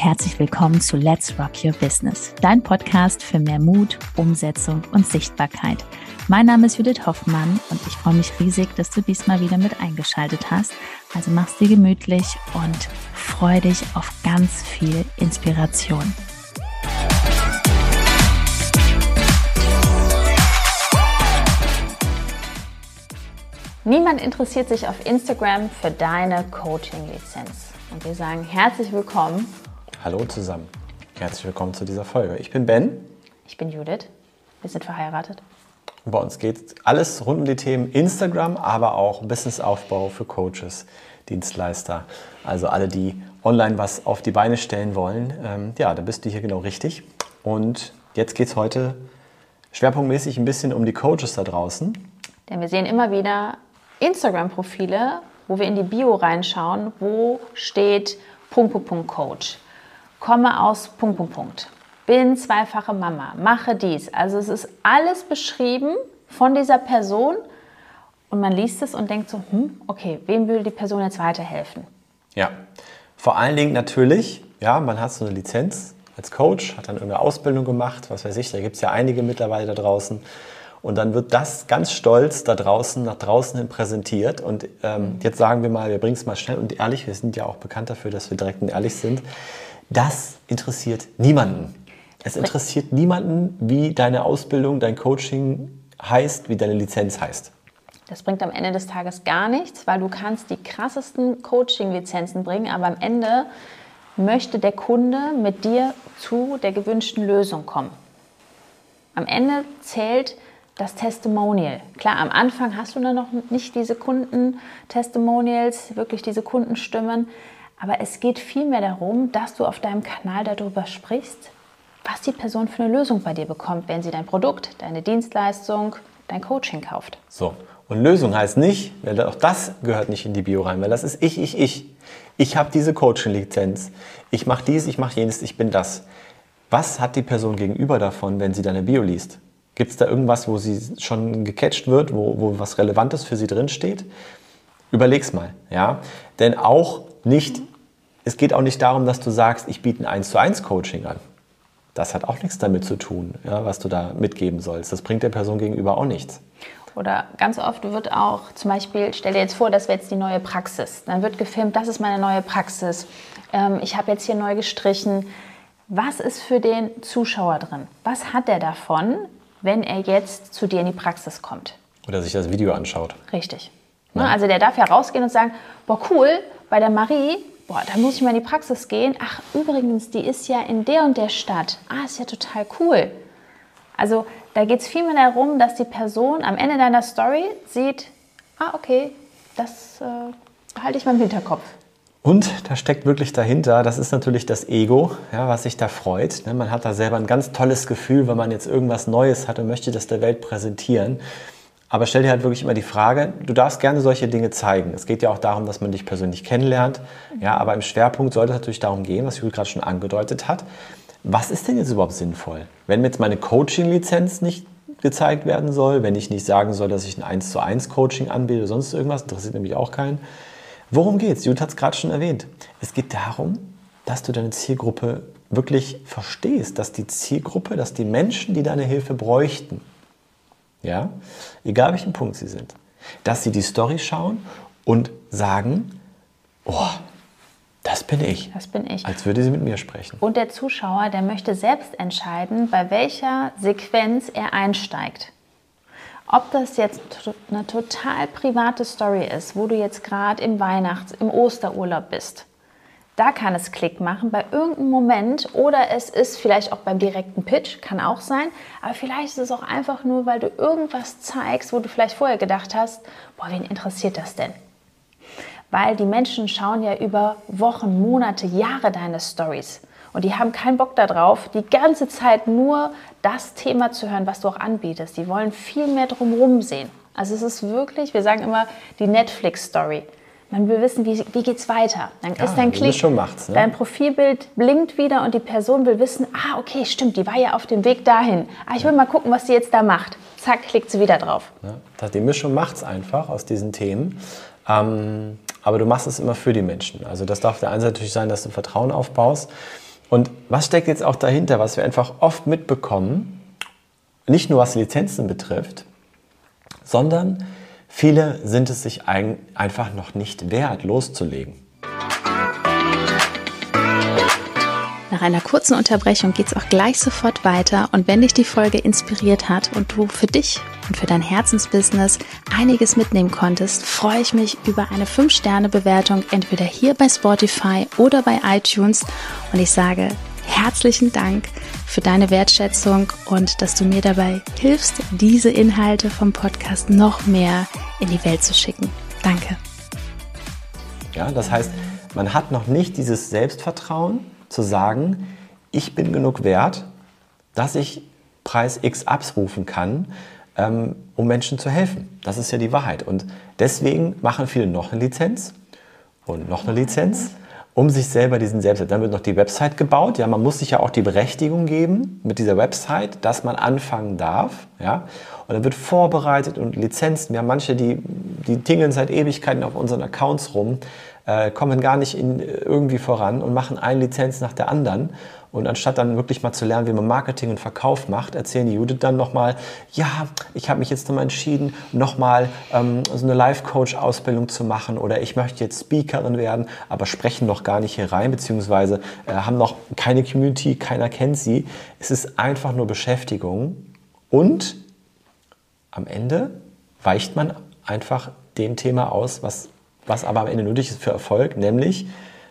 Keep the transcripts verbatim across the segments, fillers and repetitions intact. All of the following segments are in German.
herzlich willkommen zu Let's Rock Your Business, dein Podcast für mehr Mut, Umsetzung und Sichtbarkeit. Mein Name ist Judith Hoffmann und ich freue mich riesig, dass du diesmal wieder mit eingeschaltet hast. Also mach's dir gemütlich und freu dich auf ganz viel Inspiration. Niemand interessiert sich auf Instagram für deine Coaching-Lizenz. Und wir sagen herzlich willkommen. Hallo zusammen. Herzlich willkommen zu dieser Folge. Ich bin Ben. Ich bin Judith. Wir sind verheiratet. Und bei uns geht alles rund um die Themen Instagram, aber auch Businessaufbau für Coaches, Dienstleister. Also alle, die online was auf die Beine stellen wollen. Ähm, ja, da bist du hier genau richtig. Und jetzt geht es heute schwerpunktmäßig ein bisschen um die Coaches da draußen. Denn wir sehen immer wieder Instagram-Profile, wo wir in die Bio reinschauen, wo steht Punkt, Punkt, Punkt, Coach. Komme aus Punkt, Punkt, Punkt. Bin zweifache Mama, mache dies. Also es ist alles beschrieben von dieser Person und man liest es und denkt so, hm, okay, wem will die Person jetzt weiterhelfen? Ja, vor allen Dingen natürlich, ja, man hat so eine Lizenz als Coach, hat dann irgendeine Ausbildung gemacht, was weiß ich, da gibt es ja einige mittlerweile da draußen. Und dann wird das ganz stolz da draußen, nach draußen hin präsentiert. Und ähm, jetzt sagen wir mal, wir bringen es mal schnell und ehrlich, wir sind ja auch bekannt dafür, dass wir direkt und ehrlich sind. Das interessiert niemanden. Es interessiert niemanden, wie deine Ausbildung, dein Coaching heißt, wie deine Lizenz heißt. Das bringt am Ende des Tages gar nichts, weil du kannst die krassesten Coaching-Lizenzen bringen, aber am Ende möchte der Kunde mit dir zu der gewünschten Lösung kommen. Am Ende zählt das Testimonial. Klar, am Anfang hast du dann noch nicht diese Kunden-Testimonials, wirklich diese Kundenstimmen, aber es geht vielmehr darum, dass du auf deinem Kanal darüber sprichst, was die Person für eine Lösung bei dir bekommt, wenn sie dein Produkt, deine Dienstleistung, dein Coaching kauft. So, und Lösung heißt nicht, weil auch das gehört nicht in die Bio rein, weil das ist ich, ich, ich. Ich habe diese Coaching-Lizenz, ich mache dies, ich mache jenes, ich bin das. Was hat die Person gegenüber davon, wenn sie deine Bio liest? Gibt es da irgendwas, wo sie schon gecatcht wird, wo, wo was Relevantes für sie drinsteht? Überleg's mal, ja. Denn auch nicht, es geht auch nicht darum, dass du sagst, ich biete ein eins zu eins Coaching an. Das hat auch nichts damit zu tun, ja, was du da mitgeben sollst. Das bringt der Person gegenüber auch nichts. Oder ganz oft wird auch zum Beispiel, stell dir jetzt vor, das wäre jetzt die neue Praxis. Dann wird gefilmt, das ist meine neue Praxis. Ähm, ich habe jetzt hier neu gestrichen. Was ist für den Zuschauer drin? Was hat er davon, wenn er jetzt zu dir in die Praxis kommt? Oder sich das Video anschaut. Richtig. Ja. Also der darf ja rausgehen und sagen, boah cool, bei der Marie, boah, da muss ich mal in die Praxis gehen. Ach übrigens, die ist ja in der und der Stadt. Ah, ist ja total cool. Also da geht es vielmehr darum, dass die Person am Ende deiner Story sieht, ah okay, das äh, behalte ich mal im Hinterkopf. Und da steckt wirklich dahinter, das ist natürlich das Ego, ja, was sich da freut. Man hat da selber ein ganz tolles Gefühl, wenn man jetzt irgendwas Neues hat und möchte das der Welt präsentieren. Aber stell dir halt wirklich immer die Frage, du darfst gerne solche Dinge zeigen. Es geht ja auch darum, dass man dich persönlich kennenlernt. Ja, aber im Schwerpunkt sollte es natürlich darum gehen, was Judith gerade schon angedeutet hat. Was ist denn jetzt überhaupt sinnvoll? Wenn mir jetzt meine Coaching-Lizenz nicht gezeigt werden soll, wenn ich nicht sagen soll, dass ich ein eins zu eins Coaching anbiete oder sonst irgendwas, interessiert nämlich auch keinen. Worum geht's? Judith hat es gerade schon erwähnt. Es geht darum, dass du deine Zielgruppe wirklich verstehst, dass die Zielgruppe, dass die Menschen, die deine Hilfe bräuchten, ja, egal welchen Punkt sie sind, dass sie die Story schauen und sagen, oh, das bin ich. Das bin ich. Als würde sie mit mir sprechen. Und der Zuschauer, der möchte selbst entscheiden, bei welcher Sequenz er einsteigt. Ob das jetzt eine total private Story ist, wo du jetzt gerade im Weihnachts-, im Osterurlaub bist, da kann es Klick machen bei irgendeinem Moment oder es ist vielleicht auch beim direkten Pitch, kann auch sein, aber vielleicht ist es auch einfach nur, weil du irgendwas zeigst, wo du vielleicht vorher gedacht hast, boah, wen interessiert das denn? Weil die Menschen schauen ja über Wochen, Monate, Jahre deine Stories. Und die haben keinen Bock darauf, die ganze Zeit nur das Thema zu hören, was du auch anbietest. Die wollen viel mehr drumherum sehen. Also es ist wirklich, wir sagen immer, die Netflix-Story. Man will wissen, wie, wie geht es weiter. Dann ja, ist dein Klick, schon macht's, ne? Dein Profilbild blinkt wieder und die Person will wissen, ah, okay, stimmt, die war ja auf dem Weg dahin. Ah, ich will mal gucken, was sie jetzt da macht. Zack, klickt sie wieder drauf. Ja, die Mischung macht es einfach aus diesen Themen. Ähm, aber du machst es immer für die Menschen. Also das darf der einen Seite natürlich sein, dass du Vertrauen aufbaust. Und was steckt jetzt auch dahinter, was wir einfach oft mitbekommen, nicht nur was Lizenzen betrifft, sondern viele sind es sich ein, einfach noch nicht wert, loszulegen. Nach einer kurzen Unterbrechung geht es auch gleich sofort weiter und wenn dich die Folge inspiriert hat und du für dich und für dein Herzensbusiness einiges mitnehmen konntest, freue ich mich über eine fünf Sterne Bewertung entweder hier bei Spotify oder bei iTunes und ich sage herzlichen Dank für deine Wertschätzung und dass du mir dabei hilfst, diese Inhalte vom Podcast noch mehr in die Welt zu schicken. Danke. Ja, das heißt, man hat noch nicht dieses Selbstvertrauen, zu sagen, ich bin genug wert, dass ich Preis X abrufen kann, ähm, um Menschen zu helfen. Das ist ja die Wahrheit. Und deswegen machen viele noch eine Lizenz und noch eine Lizenz, um sich selber diesen Selbstwert. Dann wird noch die Website gebaut. Ja, man muss sich ja auch die Berechtigung geben mit dieser Website, dass man anfangen darf. Ja? Und dann wird vorbereitet und Lizenzen. Wir haben manche, die, die tingeln seit Ewigkeiten auf unseren Accounts rum, äh, kommen gar nicht in, irgendwie voran und machen eine Lizenz nach der anderen. Und anstatt dann wirklich mal zu lernen, wie man Marketing und Verkauf macht, erzählen die Judith dann nochmal, ja, ich habe mich jetzt nochmal entschieden, nochmal ähm, so eine Life-Coach-Ausbildung zu machen oder ich möchte jetzt Speakerin werden, aber sprechen noch gar nicht hier rein, beziehungsweise äh, haben noch keine Community, keiner kennt sie. Es ist einfach nur Beschäftigung und am Ende weicht man einfach dem Thema aus, was, was aber am Ende nötig ist für Erfolg, nämlich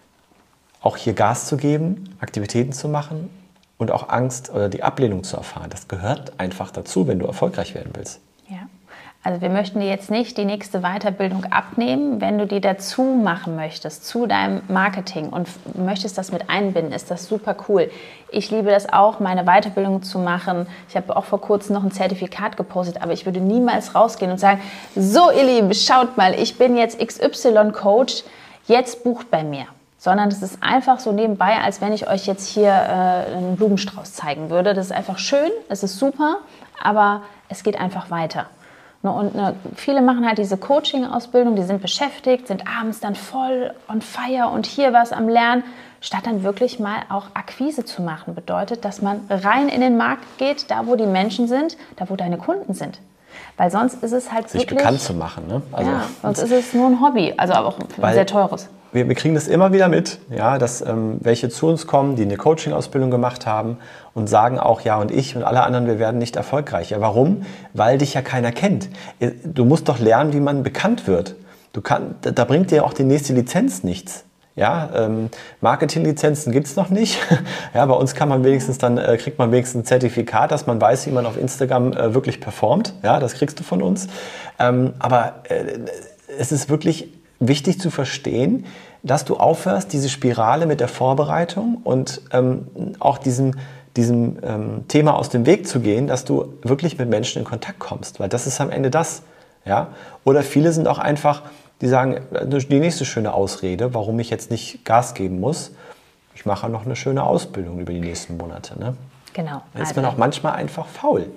auch hier Gas zu geben, Aktivitäten zu machen und auch Angst oder die Ablehnung zu erfahren. Das gehört einfach dazu, wenn du erfolgreich werden willst. Ja, also wir möchten dir jetzt nicht die nächste Weiterbildung abnehmen. Wenn du die dazu machen möchtest, zu deinem Marketing und möchtest das mit einbinden, ist das super cool. Ich liebe das auch, meine Weiterbildung zu machen. Ich habe auch vor kurzem noch ein Zertifikat gepostet, aber ich würde niemals rausgehen und sagen, so ihr Lieben, schaut mal, ich bin jetzt X Y-Coach, jetzt bucht bei mir. Sondern es ist einfach so nebenbei, als wenn ich euch jetzt hier äh, einen Blumenstrauß zeigen würde. Das ist einfach schön, es ist super, aber es geht einfach weiter. Ne, und ne, viele machen halt diese Coaching-Ausbildung, die sind beschäftigt, sind abends dann voll on fire und hier was am Lernen, statt dann wirklich mal auch Akquise zu machen. Bedeutet, dass man rein in den Markt geht, da wo die Menschen sind, da wo deine Kunden sind. Weil sonst ist es halt sich wirklich... bekannt zu machen. Ne? Also, ja, sonst ist es nur ein Hobby, also aber auch ein sehr teures. Wir, wir kriegen das immer wieder mit, ja, dass ähm, welche zu uns kommen, die eine Coaching-Ausbildung gemacht haben und sagen auch, ja und ich und alle anderen, wir werden nicht erfolgreich. Ja, warum? Weil dich ja keiner kennt. Du musst doch lernen, wie man bekannt wird. Du kann, da bringt dir auch die nächste Lizenz nichts. Ja, ähm, Marketinglizenzen gibt es noch nicht. Ja, bei uns kann man wenigstens dann, äh, kriegt man wenigstens ein Zertifikat, dass man weiß, wie man auf Instagram äh, wirklich performt. Ja, das kriegst du von uns. Ähm, aber äh, es ist wirklich wichtig zu verstehen, dass du aufhörst, diese Spirale mit der Vorbereitung und ähm, auch diesem, diesem ähm, Thema aus dem Weg zu gehen, dass du wirklich mit Menschen in Kontakt kommst, weil das ist am Ende das. Ja? Oder viele sind auch einfach, die sagen, die nächste schöne Ausrede, warum ich jetzt nicht Gas geben muss, ich mache noch eine schöne Ausbildung über die nächsten Monate. Ne? Genau. Da ist also, man auch manchmal einfach faul.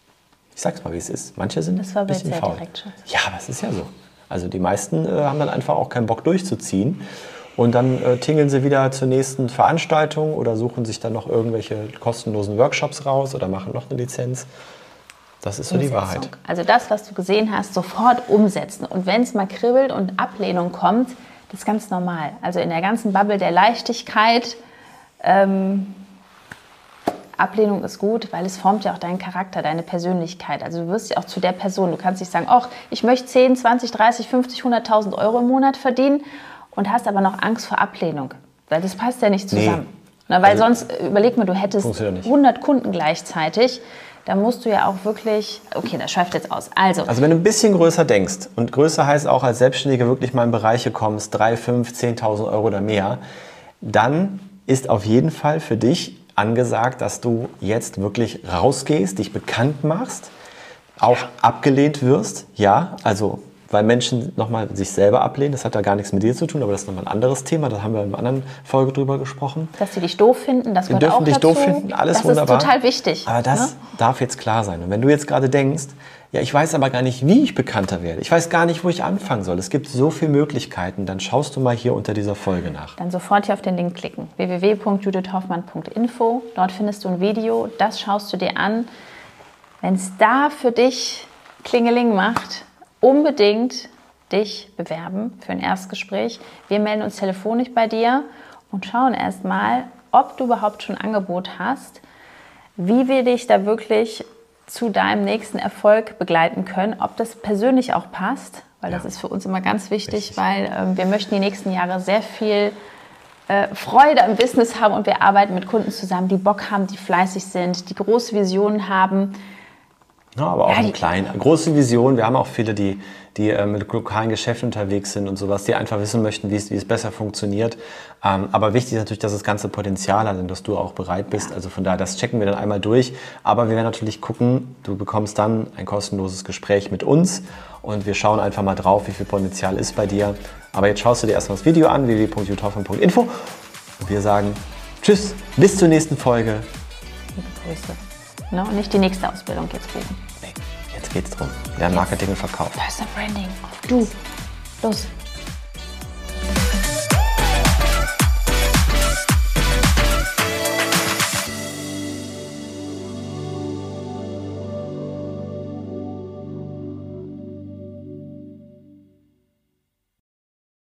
Ich sag's mal, wie es ist. Manche sind das war ein bisschen sehr faul. Direkt, Schatz. Ja, aber es ist ja so. Also die meisten äh, haben dann einfach auch keinen Bock durchzuziehen und dann äh, tingeln sie wieder zur nächsten Veranstaltung oder suchen sich dann noch irgendwelche kostenlosen Workshops raus oder machen noch eine Lizenz. Das ist so die Wahrheit. Also das, was du gesehen hast, sofort umsetzen. Und wenn es mal kribbelt und Ablehnung kommt, das ist ganz normal. Also in der ganzen Bubble der Leichtigkeit, ähm, Ablehnung ist gut, weil es formt ja auch deinen Charakter, deine Persönlichkeit. Also du wirst ja auch zu der Person. Du kannst nicht sagen, ach, ich möchte zehn, zwanzig, dreißig, fünfzig, hunderttausend Euro im Monat verdienen und hast aber noch Angst vor Ablehnung. Weil das passt ja nicht zusammen. Nee. Na, weil also, sonst, überleg mal, du hättest hundert Kunden gleichzeitig. Da musst du ja auch wirklich, okay, das schweift jetzt aus. Also, also wenn du ein bisschen größer denkst und größer heißt auch als Selbstständiger wirklich mal in Bereiche kommst, drei, fünf, zehntausend Euro oder mehr, dann ist auf jeden Fall für dich angesagt, dass du jetzt wirklich rausgehst, dich bekannt machst, auch abgelehnt wirst, ja, also weil Menschen nochmal sich selber ablehnen. Das hat da gar nichts mit dir zu tun, aber das ist nochmal ein anderes Thema. Da haben wir in einer anderen Folge drüber gesprochen. Dass sie dich doof finden, das gehört dürfen auch dich dazu. doof finden, alles das wunderbar. Das ist total wichtig. Aber das ne? darf jetzt klar sein. Und wenn du jetzt gerade denkst, ja, ich weiß aber gar nicht, wie ich bekannter werde. Ich weiß gar nicht, wo ich anfangen soll. Es gibt so viele Möglichkeiten. Dann schaust du mal hier unter dieser Folge nach. Dann sofort hier auf den Link klicken. w w w punkt judith hoffmann punkt info. Dort findest du ein Video. Das schaust du dir an. Wenn es da für dich Klingeling macht, unbedingt dich bewerben für ein Erstgespräch. Wir melden uns telefonisch bei dir und schauen erstmal, ob du überhaupt schon ein Angebot hast, wie wir dich da wirklich zu deinem nächsten Erfolg begleiten können, ob das persönlich auch passt, weil ja. das ist für uns immer ganz wichtig, Richtig. weil äh, wir möchten die nächsten Jahre sehr viel äh, Freude am Business haben und wir arbeiten mit Kunden zusammen, die Bock haben, die fleißig sind, die große Visionen haben. Ja, aber auch ja, eine kleine, große Vision. Wir haben auch viele, die, die äh, mit lokalen Geschäften unterwegs sind und sowas, die einfach wissen möchten, wie es, wie es besser funktioniert. Ähm, aber wichtig ist natürlich, dass das ganze Potenzial hat und dass du auch bereit bist. Ja. Also von daher, das checken wir dann einmal durch. Aber wir werden natürlich gucken, du bekommst dann ein kostenloses Gespräch mit uns und wir schauen einfach mal drauf, wie viel Potenzial ist bei dir. Aber jetzt schaust du dir erstmal das Video an, w w w punkt judith hoffmann punkt info und wir sagen tschüss, bis zur nächsten Folge. Liebe Grüße. No, und nicht die nächste Ausbildung jetzt buchen. Nee, jetzt geht's drum. Lernen Marketing und Verkauf. Personal Branding. Du, los.